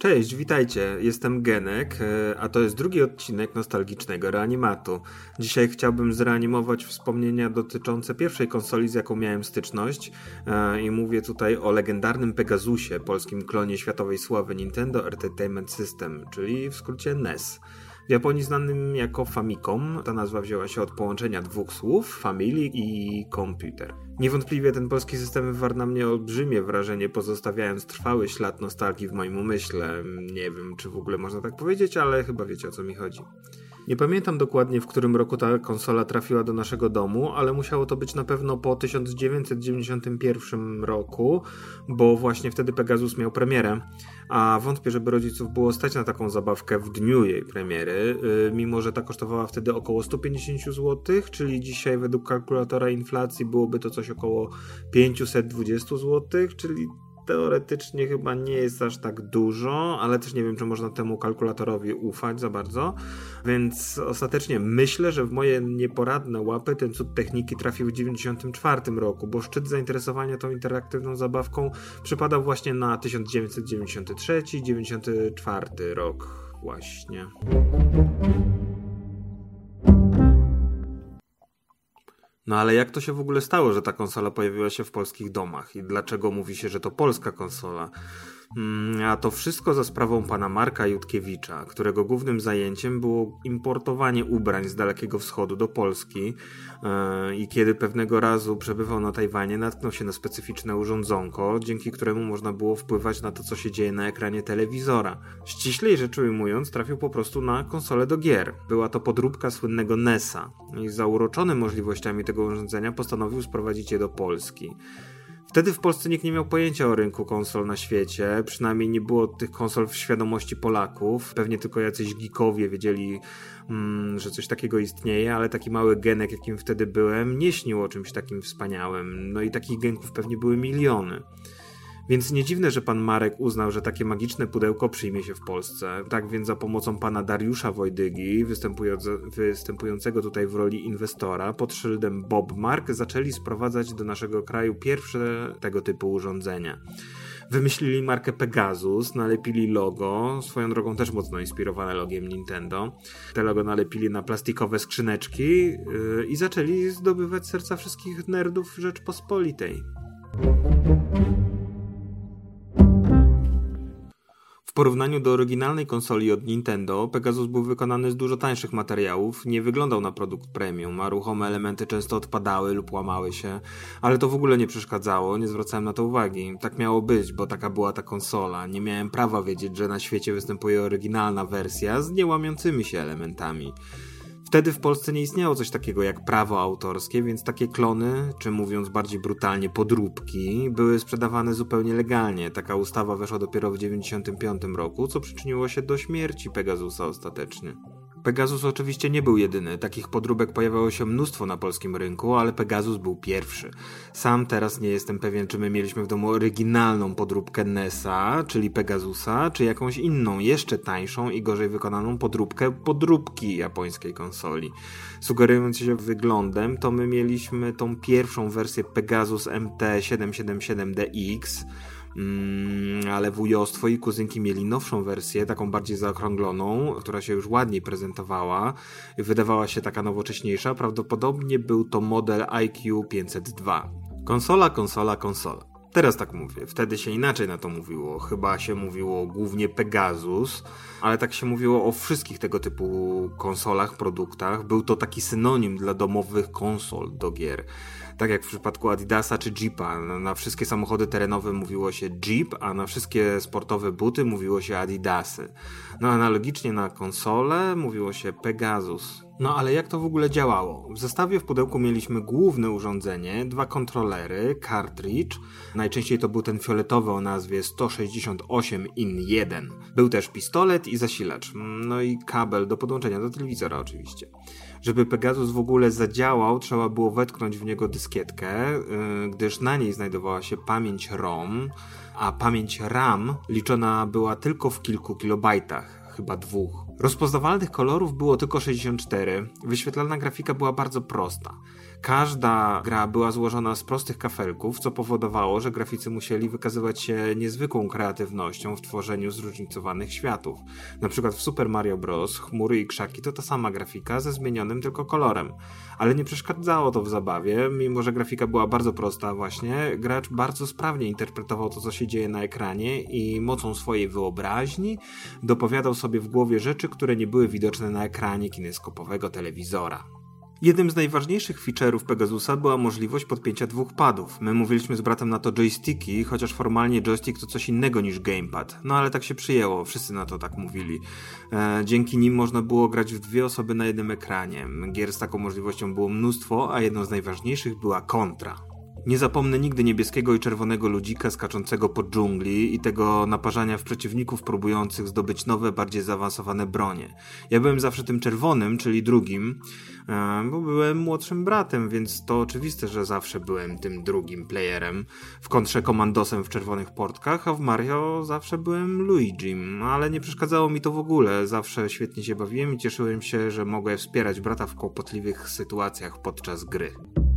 Cześć, witajcie, jestem Genek, a to jest drugi odcinek nostalgicznego reanimatu. Dzisiaj chciałbym zreanimować wspomnienia dotyczące pierwszej konsoli, z jaką miałem styczność i mówię tutaj o legendarnym Pegasusie, polskim klonie światowej sławy Nintendo Entertainment System, czyli w skrócie NES. W Japonii znanym jako Famicom, ta nazwa wzięła się od połączenia dwóch słów, family i computer. Niewątpliwie ten polski system wywarł na mnie olbrzymie wrażenie, pozostawiając trwały ślad nostalgii w moim umyśle. Nie wiem, czy w ogóle można tak powiedzieć, ale chyba wiecie, o co mi chodzi. Nie pamiętam dokładnie, w którym roku ta konsola trafiła do naszego domu, ale musiało to być na pewno po 1991 roku, bo właśnie wtedy Pegasus miał premierę, a wątpię, żeby rodziców było stać na taką zabawkę w dniu jej premiery, mimo że ta kosztowała wtedy około 150 zł, czyli dzisiaj według kalkulatora inflacji byłoby to coś około 520 zł, czyli teoretycznie chyba nie jest aż tak dużo, ale też nie wiem, czy można temu kalkulatorowi ufać za bardzo, więc ostatecznie myślę, że w moje nieporadne łapy ten cud techniki trafił w 1994 roku, bo szczyt zainteresowania tą interaktywną zabawką przypadał właśnie na 1993-94 rok właśnie. No ale jak to się w ogóle stało, że ta konsola pojawiła się w polskich domach i dlaczego mówi się, że to polska konsola? A to wszystko za sprawą pana Marka Jutkiewicza, którego głównym zajęciem było importowanie ubrań z Dalekiego Wschodu do Polski i kiedy pewnego razu przebywał na Tajwanie, natknął się na specyficzne urządzonko, dzięki któremu można było wpływać na to, co się dzieje na ekranie telewizora. Ściślej rzecz ujmując, trafił po prostu na konsolę do gier. Była to podróbka słynnego NES-a i zauroczony możliwościami tego urządzenia postanowił sprowadzić je do Polski. Wtedy w Polsce nikt nie miał pojęcia o rynku konsol na świecie, przynajmniej nie było tych konsol w świadomości Polaków. Pewnie tylko jacyś geekowie wiedzieli, że coś takiego istnieje, ale taki mały Genek, jakim wtedy byłem, nie śnił o czymś takim wspaniałym. No i takich Genków pewnie były miliony. Więc nie dziwne, że pan Marek uznał, że takie magiczne pudełko przyjmie się w Polsce. Tak więc za pomocą pana Dariusza Wojdygi, występującego tutaj w roli inwestora, pod szyldem Bob Mark, zaczęli sprowadzać do naszego kraju pierwsze tego typu urządzenia. Wymyślili markę Pegasus, nalepili logo, swoją drogą też mocno inspirowane logiem Nintendo. Te logo nalepili na plastikowe skrzyneczki i zaczęli zdobywać serca wszystkich nerdów Rzeczpospolitej. W porównaniu do oryginalnej konsoli od Nintendo, Pegasus był wykonany z dużo tańszych materiałów, nie wyglądał na produkt premium, a ruchome elementy często odpadały lub łamały się, ale to w ogóle nie przeszkadzało, nie zwracałem na to uwagi. Tak miało być, bo taka była ta konsola. Nie miałem prawa wiedzieć, że na świecie występuje oryginalna wersja z niełamiącymi się elementami. Wtedy w Polsce nie istniało coś takiego jak prawo autorskie, więc takie klony, czy mówiąc bardziej brutalnie podróbki, były sprzedawane zupełnie legalnie. Taka ustawa weszła dopiero w 1995 roku, co przyczyniło się do śmierci Pegasusa ostatecznie. Pegasus oczywiście nie był jedyny, takich podróbek pojawiało się mnóstwo na polskim rynku, ale Pegasus był pierwszy. Sam teraz nie jestem pewien, czy my mieliśmy w domu oryginalną podróbkę NES-a, czyli Pegasusa, czy jakąś inną, jeszcze tańszą i gorzej wykonaną podróbkę podróbki japońskiej konsoli. Sugerując się wyglądem, to my mieliśmy tą pierwszą wersję Pegasus MT777DX, ale wujostwo i kuzynki mieli nowszą wersję, taką bardziej zaokrągloną, która się już ładniej prezentowała i wydawała się taka nowocześniejsza. Prawdopodobnie był to model IQ 502. Konsola. Teraz tak mówię, wtedy się inaczej na to mówiło. Chyba się mówiło głównie Pegasus, ale tak się mówiło o wszystkich tego typu konsolach, produktach. Był to taki synonim dla domowych konsol do gier. Tak jak w przypadku Adidasa czy Jeepa. Na wszystkie samochody terenowe mówiło się Jeep, a na wszystkie sportowe buty mówiło się Adidasy. No analogicznie na konsole mówiło się Pegasus. No ale jak to w ogóle działało? W zestawie w pudełku mieliśmy główne urządzenie, 2 kontrolery, cartridge. Najczęściej to był ten fioletowy o nazwie 168 in 1. Był też pistolet i zasilacz. No i kabel do podłączenia do telewizora oczywiście. Żeby Pegasus w ogóle zadziałał, trzeba było wetknąć w niego dyskietkę, gdyż na niej znajdowała się pamięć ROM, a pamięć RAM liczona była tylko w kilku kilobajtach, chyba 2. Rozpoznawalnych kolorów było tylko 64, wyświetlana grafika była bardzo prosta. Każda gra była złożona z prostych kafelków, co powodowało, że graficy musieli wykazywać się niezwykłą kreatywnością w tworzeniu zróżnicowanych światów. Na przykład w Super Mario Bros. Chmury i krzaki to ta sama grafika ze zmienionym tylko kolorem. Ale nie przeszkadzało to w zabawie, mimo że grafika była bardzo prosta właśnie, gracz bardzo sprawnie interpretował to, co się dzieje na ekranie i mocą swojej wyobraźni dopowiadał sobie w głowie rzeczy, które nie były widoczne na ekranie kineskopowego telewizora. Jednym z najważniejszych feature'ów Pegasusa była możliwość podpięcia 2 padów. My mówiliśmy z bratem na to joysticki, chociaż formalnie joystick to coś innego niż gamepad. No ale tak się przyjęło, wszyscy na to tak mówili. Dzięki nim można było grać w 2 osoby na jednym ekranie. Gier z taką możliwością było mnóstwo, a jedną z najważniejszych była Contra. Nie zapomnę nigdy niebieskiego i czerwonego ludzika skaczącego po dżungli i tego naparzania w przeciwników próbujących zdobyć nowe, bardziej zaawansowane bronie. Ja byłem zawsze tym czerwonym, czyli drugim, bo byłem młodszym bratem, więc to oczywiste, że zawsze byłem tym drugim playerem. W kontrze komandosem w czerwonych portkach, a w Mario zawsze byłem Luigim, ale nie przeszkadzało mi to w ogóle. Zawsze świetnie się bawiłem i cieszyłem się, że mogę wspierać brata w kłopotliwych sytuacjach podczas gry.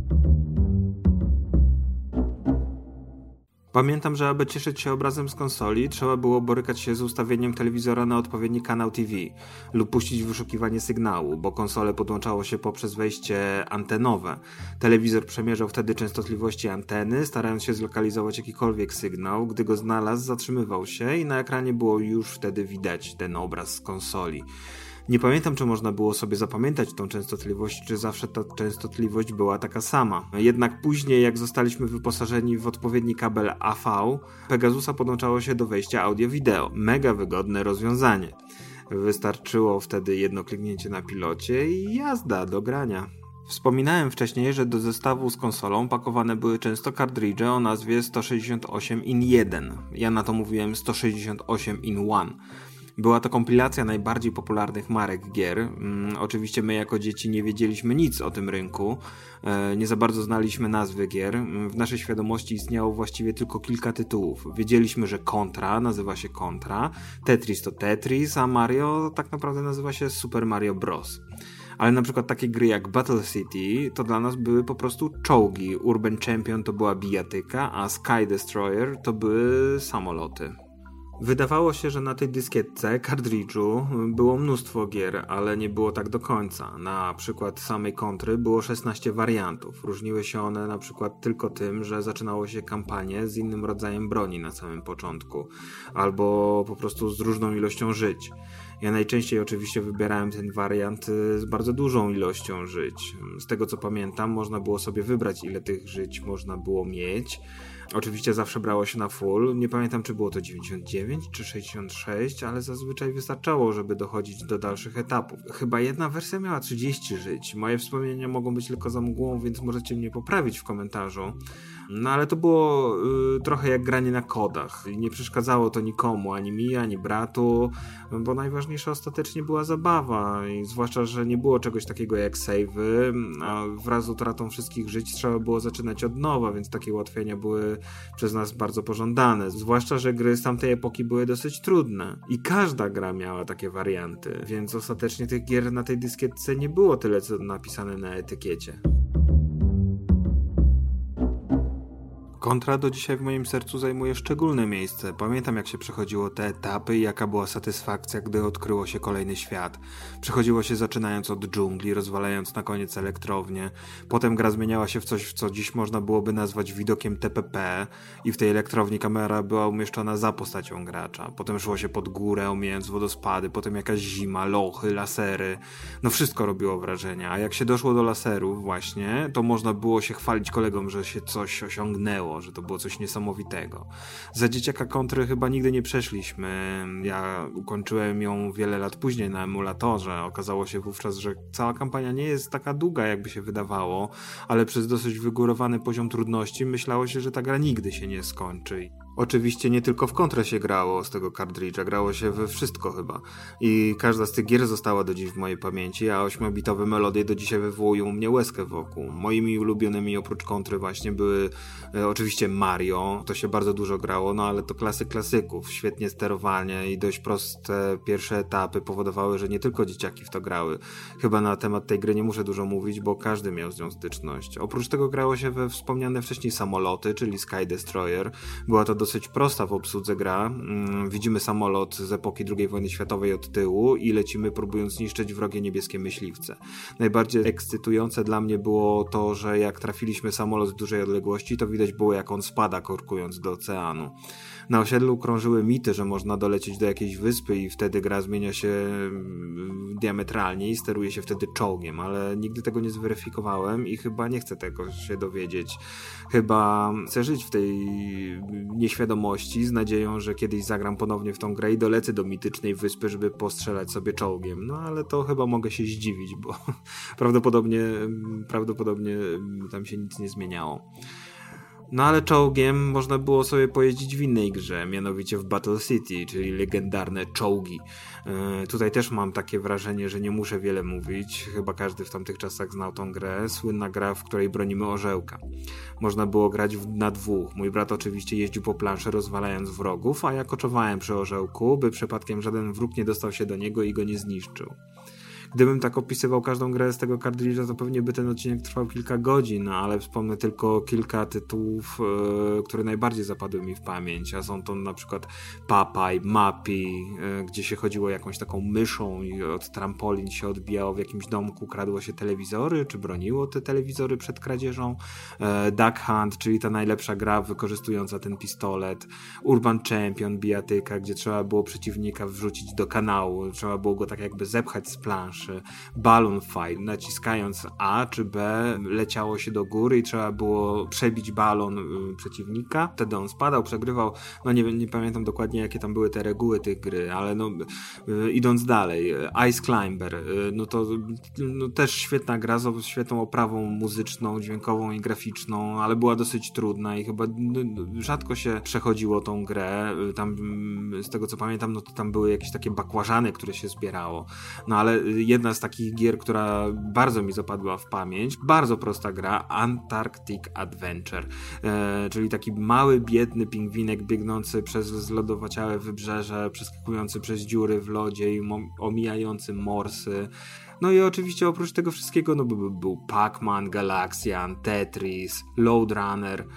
Pamiętam, że aby cieszyć się obrazem z konsoli, trzeba było borykać się z ustawieniem telewizora na odpowiedni kanał TV lub puścić wyszukiwanie sygnału, bo konsolę podłączało się poprzez wejście antenowe. Telewizor przemierzał wtedy częstotliwości anteny, starając się zlokalizować jakikolwiek sygnał. Gdy go znalazł, zatrzymywał się i na ekranie było już wtedy widać ten obraz z konsoli. Nie pamiętam, czy można było sobie zapamiętać tą częstotliwość, czy zawsze ta częstotliwość była taka sama. Jednak później, jak zostaliśmy wyposażeni w odpowiedni kabel AV, Pegasusa podłączało się do wejścia audio-wideo. Mega wygodne rozwiązanie. Wystarczyło wtedy jedno kliknięcie na pilocie i jazda do grania. Wspominałem wcześniej, że do zestawu z konsolą pakowane były często kartridże o nazwie 168 in 1. Ja na to mówiłem 168 in 1. Była to kompilacja najbardziej popularnych marek gier. Oczywiście my jako dzieci nie wiedzieliśmy nic o tym rynku, nie za bardzo znaliśmy nazwy gier. W naszej świadomości istniało właściwie tylko kilka tytułów. Wiedzieliśmy, że Contra nazywa się Contra, Tetris to Tetris, a Mario tak naprawdę nazywa się Super Mario Bros. Ale na przykład takie gry jak Battle City to dla nas były po prostu czołgi. Urban Champion to była bijatyka, a Sky Destroyer to były samoloty. Wydawało się, że na tej dyskietce, kartridżu, było mnóstwo gier, ale nie było tak do końca. Na przykład samej Kontry było 16 wariantów. Różniły się one na przykład tylko tym, że zaczynało się kampanię z innym rodzajem broni na samym początku, albo po prostu z różną ilością żyć. Ja najczęściej oczywiście wybierałem ten wariant z bardzo dużą ilością żyć. Z tego co pamiętam, można było sobie wybrać, ile tych żyć można było mieć. Oczywiście zawsze brało się na full. Nie pamiętam, czy było to 99 czy 66, ale zazwyczaj wystarczało, żeby dochodzić do dalszych etapów. Chyba jedna wersja miała 30 żyć. Moje wspomnienia mogą być tylko za mgłą, więc możecie mnie poprawić w komentarzu. No ale to było trochę jak granie na kodach. Nie przeszkadzało to nikomu, ani mi, ani bratu, bo najważniejsza ostatecznie była zabawa i zwłaszcza, że nie było czegoś takiego jak save'y, a wraz z utratą wszystkich żyć trzeba było zaczynać od nowa, więc takie ułatwienia były przez nas bardzo pożądane. Zwłaszcza, że gry z tamtej epoki były dosyć trudne i każda gra miała takie warianty, więc ostatecznie tych gier na tej dyskietce nie było tyle, co napisane na etykiecie. Contra do dzisiaj w moim sercu zajmuje szczególne miejsce. Pamiętam, jak się przechodziło te etapy i jaka była satysfakcja, gdy odkryło się kolejny świat. Przechodziło się zaczynając od dżungli, rozwalając na koniec elektrownię. Potem gra zmieniała się w coś, co dziś można byłoby nazwać widokiem TPP i w tej elektrowni kamera była umieszczona za postacią gracza. Potem szło się pod górę, omijając wodospady, potem jakaś zima, lochy, lasery. No wszystko robiło wrażenie, a jak się doszło do laserów właśnie, to można było się chwalić kolegom, że się coś osiągnęło, że to było coś niesamowitego. Za dzieciaka Kontry chyba nigdy nie przeszliśmy. Ja ukończyłem ją wiele lat później na emulatorze. Okazało się wówczas, że cała kampania nie jest taka długa, jakby się wydawało, ale przez dosyć wygórowany poziom trudności myślało się, że ta gra nigdy się nie skończy. Oczywiście nie tylko w kontrę się grało z tego kartridża, grało się we wszystko chyba. I każda z tych gier została do dziś w mojej pamięci, a 8-bitowe melodie do dzisiaj wywołują u mnie łezkę wokół. Moimi ulubionymi oprócz kontry właśnie były oczywiście Mario, to się bardzo dużo grało, no ale to klasyk klasyków. Świetnie sterowanie i dość proste pierwsze etapy powodowały, że nie tylko dzieciaki w to grały. Chyba na temat tej gry nie muszę dużo mówić, bo każdy miał z nią styczność. Oprócz tego grało się we wspomniane wcześniej samoloty, czyli Sky Destroyer. Była to dosyć prosta w obsłudze gra. Widzimy samolot z epoki II wojny światowej od tyłu i lecimy próbując zniszczyć wrogie niebieskie myśliwce. Najbardziej ekscytujące dla mnie było to, że jak trafiliśmy samolot z dużej odległości, to widać było jak on spada, korkując do oceanu. Na osiedlu krążyły mity, że można dolecieć do jakiejś wyspy i wtedy gra zmienia się diametralnie i steruje się wtedy czołgiem, ale nigdy tego nie zweryfikowałem i chyba nie chcę tego się dowiedzieć. Chyba chcę żyć w tej nieświadomości z nadzieją, że kiedyś zagram ponownie w tą grę i dolecę do mitycznej wyspy, żeby postrzelać sobie czołgiem. No ale to chyba mogę się zdziwić, bo prawdopodobnie tam się nic nie zmieniało. No ale czołgiem można było sobie pojeździć w innej grze, mianowicie w Battle City, czyli legendarne czołgi. Tutaj też mam takie wrażenie, że nie muszę wiele mówić, chyba każdy w tamtych czasach znał tą grę, słynna gra, w której bronimy orzełka. Można było grać na dwóch, mój brat oczywiście jeździł po planszy rozwalając wrogów, a ja koczowałem przy orzełku, by przypadkiem żaden wróg nie dostał się do niego i go nie zniszczył. Gdybym tak opisywał każdą grę z tego kartridża, to pewnie by ten odcinek trwał kilka godzin, ale wspomnę tylko kilka tytułów, które najbardziej zapadły mi w pamięć, a są to na przykład Popeye, Mappy, gdzie się chodziło jakąś taką myszą i od trampolin się odbijało w jakimś domku, kradło się telewizory, czy broniło te telewizory przed kradzieżą, Duck Hunt, czyli ta najlepsza gra wykorzystująca ten pistolet, Urban Champion, bijatyka, gdzie trzeba było przeciwnika wrzucić do kanału, trzeba było go tak jakby zepchać z planszy, Balloon Fight, naciskając A czy B leciało się do góry i trzeba było przebić balon przeciwnika, wtedy on spadał, przegrywał, no nie pamiętam dokładnie jakie tam były te reguły tych gry, ale no idąc dalej, Ice Climber, no to też świetna gra z świetną oprawą muzyczną, dźwiękową i graficzną, ale była dosyć trudna i chyba rzadko się przechodziło tą grę, tam z tego co pamiętam, no to tam były jakieś takie bakłażany, które się zbierało, no ale jedna z takich gier, która bardzo mi zapadła w pamięć, bardzo prosta gra, Antarctic Adventure, czyli taki mały, biedny pingwinek biegnący przez zlodowaciałe wybrzeże, przeskakujący przez dziury w lodzie i omijający morsy. No i oczywiście oprócz tego wszystkiego był Pac-Man, Galaxian, Tetris, Lode Runner,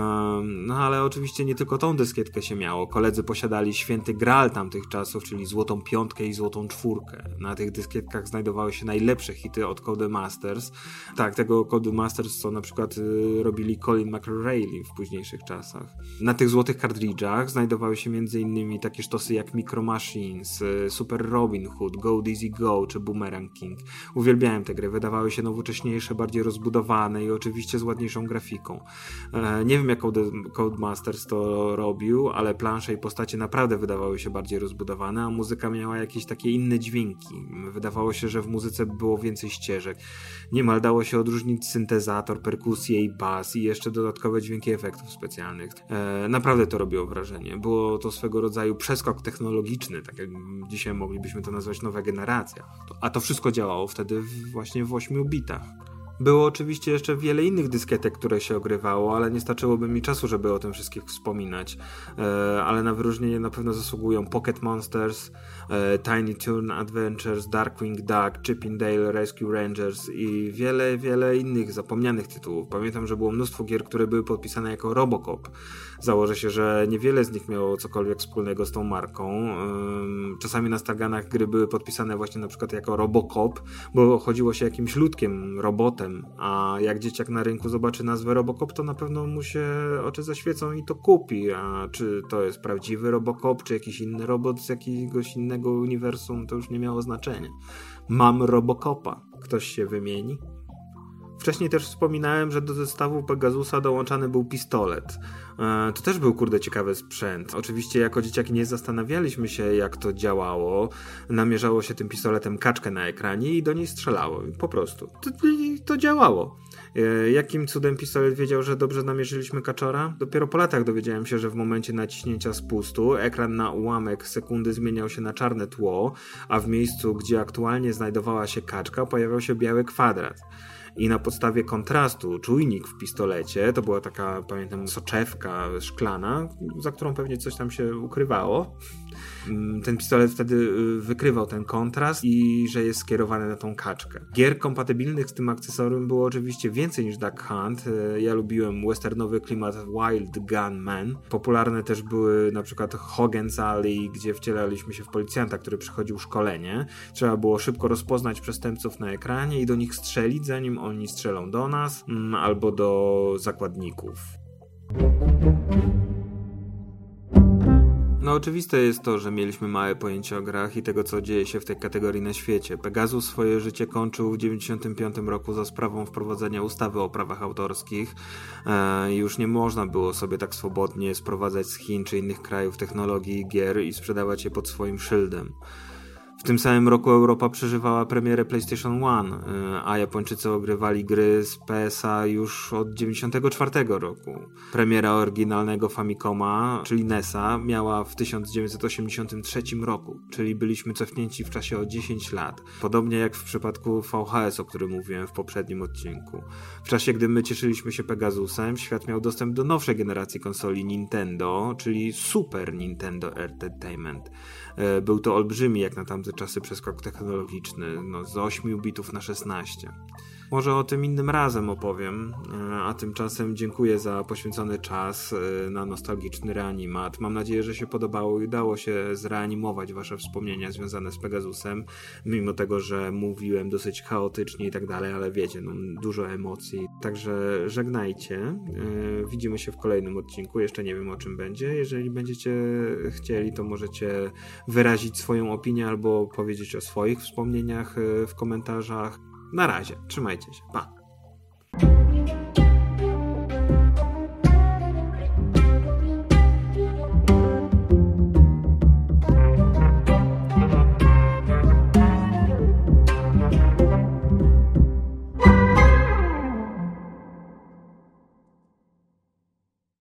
no ale oczywiście nie tylko tą dyskietkę się miało. Koledzy posiadali święty graal tamtych czasów, czyli złotą piątkę i złotą czwórkę. Na tych dyskietkach znajdowały się najlepsze hity od Codemasters. Tak, tego Codemasters, co na przykład robili Colin McRae w późniejszych czasach. Na tych złotych kartridżach znajdowały się m.in. takie sztosy jak Micro Machines, Super Robin Hood, Go Dizzy Go czy Boomerang King. Uwielbiałem te gry, wydawały się nowocześniejsze, bardziej rozbudowane i oczywiście z ładniejszą grafiką. Nie wiem jak Codemasters to robił, ale plansze i postacie naprawdę wydawały się bardziej rozbudowane, a muzyka miała jakieś takie inne dźwięki. Wydawało się, że w muzyce było więcej ścieżek. Niemal dało się odróżnić syntezator, perkusję i bas i jeszcze dodatkowe dźwięki efektów specjalnych. Naprawdę to robiło wrażenie. Było to swego rodzaju przeskok technologiczny, tak jak dzisiaj moglibyśmy to nazwać nowa generacja. A to wszystko działało wtedy właśnie w 8 bitach. Było oczywiście jeszcze wiele innych dyskietek, które się ogrywało, ale nie starczyłoby mi czasu, żeby o tym wszystkich wspominać. Ale na wyróżnienie na pewno zasługują Pocket Monsters, Tiny Toon Adventures, Darkwing Duck, Chip 'n Dale Rescue Rangers i wiele innych zapomnianych tytułów. Pamiętam, że było mnóstwo gier, które były podpisane jako Robocop. Założę się, że niewiele z nich miało cokolwiek wspólnego z tą marką. Czasami na staganach gry były podpisane właśnie na przykład jako Robocop, bo chodziło się jakimś ludkiem, robotem, a jak dzieciak na rynku zobaczy nazwę Robocop, to na pewno mu się oczy zaświecą i to kupi. A czy to jest prawdziwy Robocop, czy jakiś inny robot z jakiegoś innego uniwersum, to już nie miało znaczenia. Mam Robocopa. Ktoś się wymieni? Wcześniej też wspominałem, że do zestawu Pegasusa dołączany był pistolet. To też był ciekawy sprzęt. Oczywiście jako dzieciaki nie zastanawialiśmy się, jak to działało. Namierzało się tym pistoletem kaczkę na ekranie i do niej strzelało. Po prostu. To działało. Jakim cudem pistolet wiedział, że dobrze namierzyliśmy kaczora? Dopiero po latach dowiedziałem się, że w momencie naciśnięcia spustu ekran na ułamek sekundy zmieniał się na czarne tło, a w miejscu, gdzie aktualnie znajdowała się kaczka, pojawiał się biały kwadrat. I na podstawie kontrastu czujnik w pistolecie, to była taka, pamiętam, soczewka szklana, za którą pewnie coś tam się ukrywało. Ten pistolet wtedy wykrywał ten kontrast i że jest skierowany na tą kaczkę. Gier kompatybilnych z tym akcesorium było oczywiście więcej niż Duck Hunt. Ja lubiłem westernowy klimat Wild Gunman. Popularne też były na przykład Hogan's Alley, gdzie wcielaliśmy się w policjanta, który przechodził szkolenie. Trzeba było szybko rozpoznać przestępców na ekranie i do nich strzelić, zanim oni strzelą do nas albo do zakładników. No oczywiste jest to, że mieliśmy małe pojęcie o grach i tego, co dzieje się w tej kategorii na świecie. Pegasus swoje życie kończył w 1995 roku za sprawą wprowadzenia ustawy o prawach autorskich. Już nie można było sobie tak swobodnie sprowadzać z Chin czy innych krajów technologii i gier i sprzedawać je pod swoim szyldem. W tym samym roku Europa przeżywała premierę PlayStation 1, a Japończycy ogrywali gry z PS-a już od 1994 roku. Premiera oryginalnego Famicoma, czyli NES-a, miała w 1983 roku, czyli byliśmy cofnięci w czasie o 10 lat. Podobnie jak w przypadku VHS, o którym mówiłem w poprzednim odcinku. W czasie, gdy my cieszyliśmy się Pegasusem, świat miał dostęp do nowszej generacji konsoli Nintendo, czyli Super Nintendo Entertainment. Był to olbrzymi jak na tamte czasy przeskok technologiczny, z 8 bitów na 16. Może o tym innym razem opowiem, a tymczasem dziękuję za poświęcony czas na nostalgiczny reanimat. Mam nadzieję, że się podobało i udało się zreanimować wasze wspomnienia związane z Pegasusem, mimo tego, że mówiłem dosyć chaotycznie i tak dalej, ale wiecie, dużo emocji. Także żegnajcie. Widzimy się w kolejnym odcinku. Jeszcze nie wiem, o czym będzie. Jeżeli będziecie chcieli, to możecie wyrazić swoją opinię albo powiedzieć o swoich wspomnieniach w komentarzach. Na razie, trzymajcie się, pa!